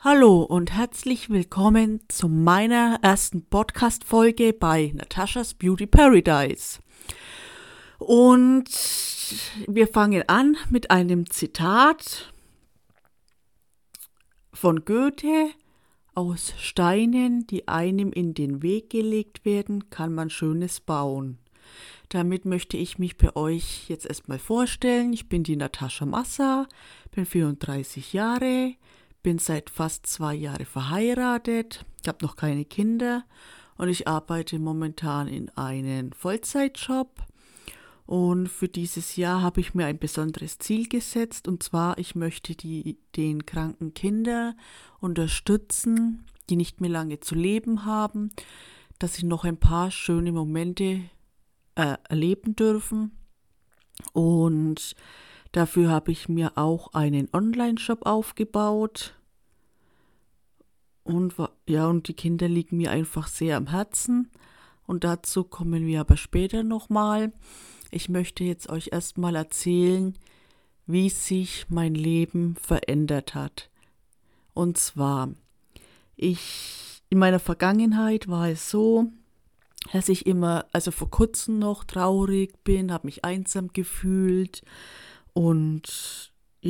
Hallo und herzlich willkommen zu meiner ersten Podcast-Folge bei Natascha's Beauty Paradise. Und wir fangen an mit einem Zitat von Goethe: Aus Steinen, die einem in den Weg gelegt werden, kann man Schönes bauen. Damit möchte ich mich bei euch jetzt erstmal vorstellen. Ich bin die Natascha Massa, bin 34 Jahre, bin seit fast 2 Jahren verheiratet, ich habe noch keine Kinder und ich arbeite momentan in einem Vollzeitjob. Und für dieses Jahr habe ich mir ein besonderes Ziel gesetzt, und zwar, ich möchte den kranken Kinder unterstützen, die nicht mehr lange zu leben haben, dass sie noch ein paar schöne Momente erleben dürfen. Und dafür habe ich mir auch einen Online-Shop aufgebaut. Und die Kinder liegen mir einfach sehr am Herzen. Und dazu kommen wir aber später nochmal. Ich möchte jetzt euch erstmal erzählen, wie sich mein Leben verändert hat. Und zwar, in meiner Vergangenheit war es so, dass ich immer, also vor kurzem noch traurig bin, habe mich einsam gefühlt und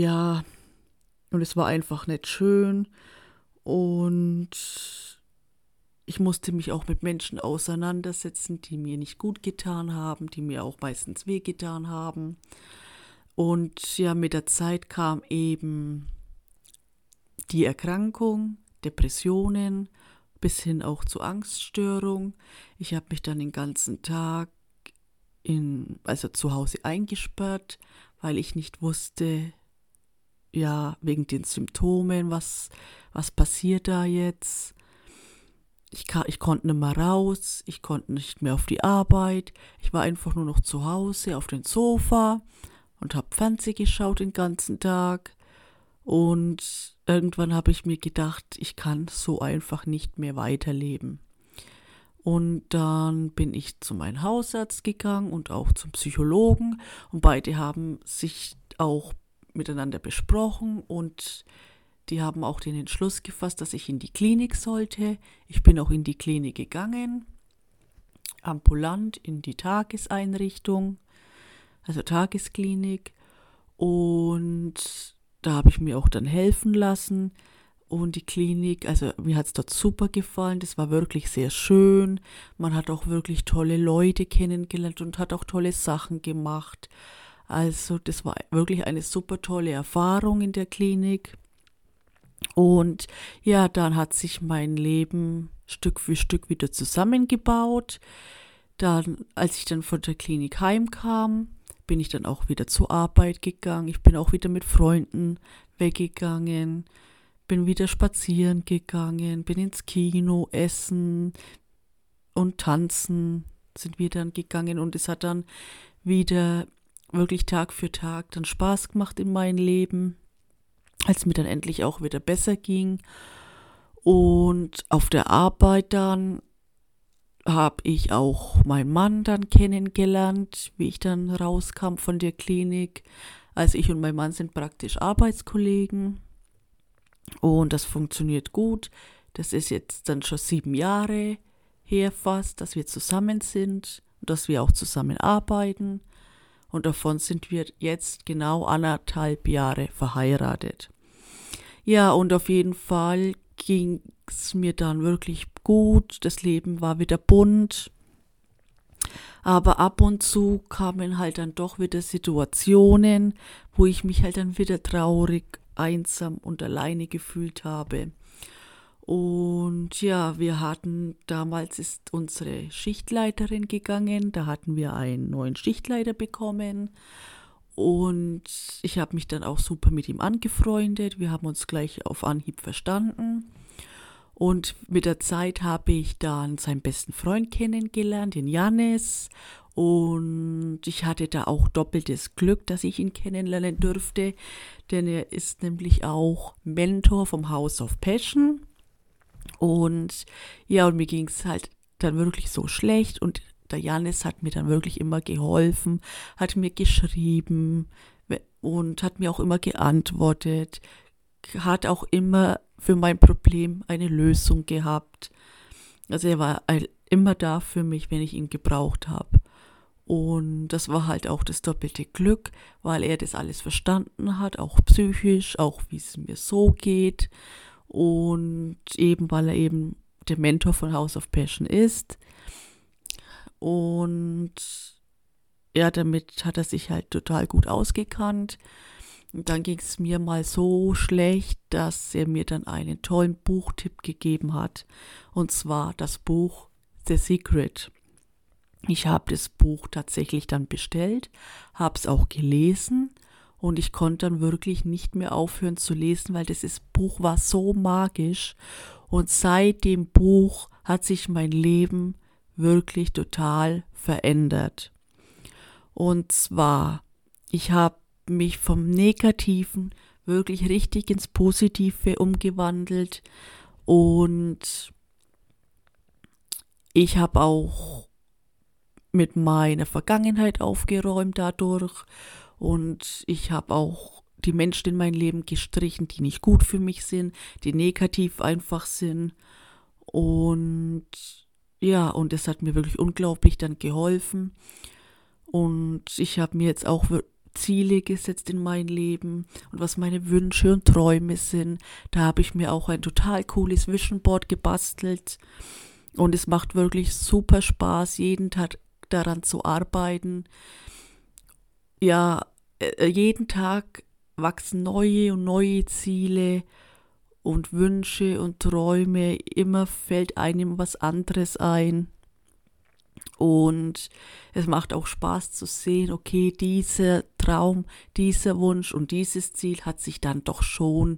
es war einfach nicht schön und ich musste mich auch mit Menschen auseinandersetzen, die mir nicht gut getan haben, die mir auch meistens wehgetan haben. Und ja, mit der Zeit kam eben die Erkrankung, Depressionen, bis hin auch zu Angststörung. Ich habe mich dann den ganzen Tag zu Hause eingesperrt, weil ich nicht wusste, wegen den Symptomen, was passiert da jetzt. Ich konnte nicht mehr raus, ich konnte nicht mehr auf die Arbeit. Ich war einfach nur noch zu Hause auf dem Sofa und habe Fernsehen geschaut den ganzen Tag. Und irgendwann habe ich mir gedacht, ich kann so einfach nicht mehr weiterleben. Und dann bin ich zu meinem Hausarzt gegangen und auch zum Psychologen. Und beide haben sich auch miteinander besprochen und die haben auch den Entschluss gefasst, dass ich in die Klinik sollte. Ich bin auch in die Klinik gegangen, ambulant in die Tageseinrichtung, also Tagesklinik. Und da habe ich mir auch dann helfen lassen. Und die Klinik, also mir hat es dort super gefallen, das war wirklich sehr schön. Man hat auch wirklich tolle Leute kennengelernt und hat auch tolle Sachen gemacht. Also das war wirklich eine super tolle Erfahrung in der Klinik. Und ja, dann hat sich mein Leben Stück für Stück wieder zusammengebaut. Dann, als ich dann von der Klinik heimkam, bin ich dann auch wieder zur Arbeit gegangen. Ich bin auch wieder mit Freunden weggegangen, bin wieder spazieren gegangen, bin ins Kino, essen und tanzen sind wir dann gegangen. Und es hat dann wieder wirklich Tag für Tag dann Spaß gemacht in meinem Leben, als mir dann endlich auch wieder besser ging. Und auf der Arbeit dann habe ich auch meinen Mann dann kennengelernt, wie ich dann rauskam von der Klinik. Also ich und mein Mann sind praktisch Arbeitskollegen und das funktioniert gut. Das ist jetzt dann schon 7 Jahre her fast, dass wir zusammen sind und dass wir auch zusammen arbeiten. Und davon sind wir jetzt genau 1,5 Jahre verheiratet. Ja, und auf jeden Fall ging es mir dann wirklich gut. Das Leben war wieder bunt. Aber ab und zu kamen halt dann doch wieder Situationen, wo ich mich halt dann wieder traurig, einsam und alleine gefühlt habe. Und ja, damals ist unsere Schichtleiterin gegangen, da hatten wir einen neuen Schichtleiter bekommen und ich habe mich dann auch super mit ihm angefreundet, wir haben uns gleich auf Anhieb verstanden und mit der Zeit habe ich dann seinen besten Freund kennengelernt, den Jannis, und ich hatte da auch doppeltes Glück, dass ich ihn kennenlernen durfte, denn er ist nämlich auch Mentor vom House of Passion. Und ja, und mir ging es halt dann wirklich so schlecht und der Jannis hat mir dann wirklich immer geholfen, hat mir geschrieben und hat mir auch immer geantwortet, hat auch immer für mein Problem eine Lösung gehabt. Also er war immer da für mich, wenn ich ihn gebraucht habe. Und das war halt auch das doppelte Glück, weil er das alles verstanden hat, auch psychisch, auch wie es mir so geht. Und eben, weil er eben der Mentor von House of Passion ist. Und ja, damit hat er sich halt total gut ausgekannt. Und dann ging es mir mal so schlecht, dass er mir dann einen tollen Buchtipp gegeben hat. Und zwar das Buch The Secret. Ich habe das Buch tatsächlich dann bestellt, habe es auch gelesen und ich konnte dann wirklich nicht mehr aufhören zu lesen, weil das Buch war so magisch. Und seit dem Buch hat sich mein Leben wirklich total verändert. Und zwar, ich habe mich vom Negativen wirklich richtig ins Positive umgewandelt und ich habe auch mit meiner Vergangenheit aufgeräumt dadurch und ich habe auch die Menschen in mein Leben gestrichen, die nicht gut für mich sind, die negativ einfach sind und ja, und das hat mir wirklich unglaublich dann geholfen und ich habe mir jetzt auch Ziele gesetzt in mein Leben und was meine Wünsche und Träume sind. Da habe ich mir auch ein total cooles Vision Board gebastelt und es macht wirklich super Spaß, jeden Tag daran zu arbeiten. Ja, jeden Tag wachsen neue und neue Ziele und Wünsche und Träume. Immer fällt einem was anderes ein. Und es macht auch Spaß zu sehen, okay, dieser Traum, dieser Wunsch und dieses Ziel hat sich dann doch schon,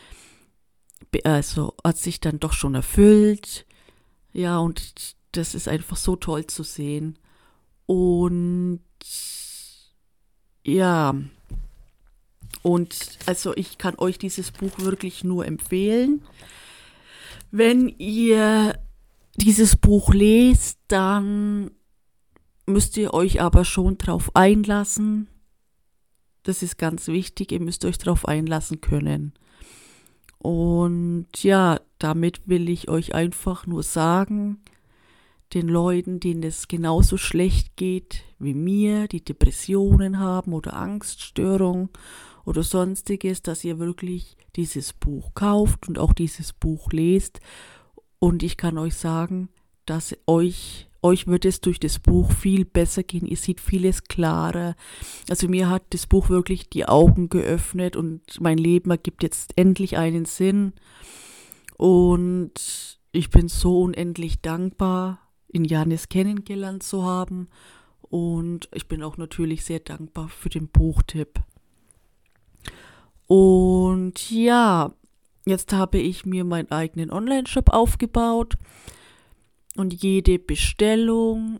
erfüllt. Ja, und das ist einfach so toll zu sehen. Und ja, und also ich kann euch dieses Buch wirklich nur empfehlen. Wenn ihr dieses Buch lest, dann müsst ihr euch aber schon drauf einlassen. Das ist ganz wichtig, ihr müsst euch drauf einlassen können. Und ja, damit will ich euch einfach nur sagen, den Leuten, denen es genauso schlecht geht wie mir, die Depressionen haben oder Angststörungen oder sonstiges, dass ihr wirklich dieses Buch kauft und auch dieses Buch lest. Und ich kann euch sagen, dass euch wird es durch das Buch viel besser gehen. Ihr seht vieles klarer. Also mir hat das Buch wirklich die Augen geöffnet und mein Leben ergibt jetzt endlich einen Sinn. Und ich bin so unendlich dankbar, ihn Janis kennengelernt zu haben. Und ich bin auch natürlich sehr dankbar für den Buchtipp. Und ja, jetzt habe ich mir meinen eigenen Online-Shop aufgebaut. Und jede Bestellung,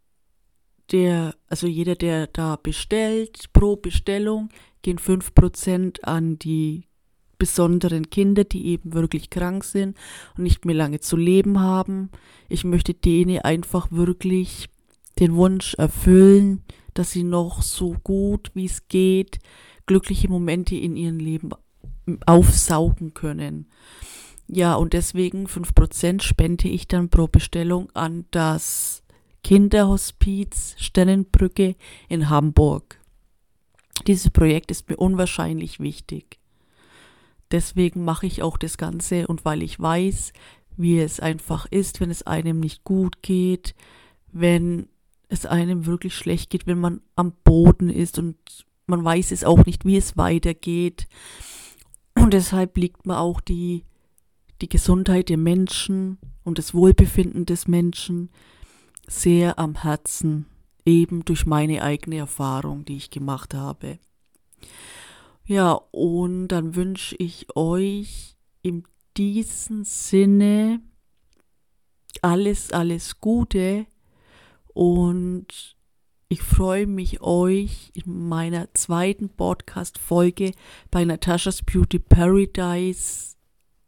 jeder, der da bestellt, pro Bestellung gehen 5% an die besonderen Kinder, die eben wirklich krank sind und nicht mehr lange zu leben haben. Ich möchte denen einfach wirklich den Wunsch erfüllen, dass sie noch so gut wie es geht glückliche Momente in ihrem Leben aufsaugen können. Ja, und deswegen 5% spende ich dann pro Bestellung an das Kinderhospiz Sternenbrücke in Hamburg. Dieses Projekt ist mir unwahrscheinlich wichtig. Deswegen mache ich auch das Ganze und weil ich weiß, wie es einfach ist, wenn es einem nicht gut geht, wenn es einem wirklich schlecht geht, wenn man am Boden ist und man weiß es auch nicht, wie es weitergeht. Und deshalb liegt mir auch die Gesundheit der Menschen und das Wohlbefinden des Menschen sehr am Herzen, eben durch meine eigene Erfahrung, die ich gemacht habe. Ja, und dann wünsche ich euch in diesem Sinne alles Gute und ich freue mich, euch in meiner zweiten Podcast-Folge bei Natascha's Beauty Paradise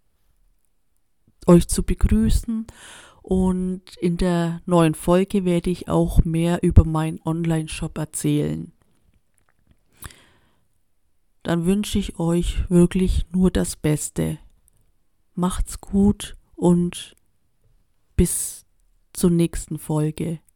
euch zu begrüßen und in der neuen Folge werde ich auch mehr über meinen Online-Shop erzählen. Dann wünsche ich euch wirklich nur das Beste. Macht's gut und bis zur nächsten Folge.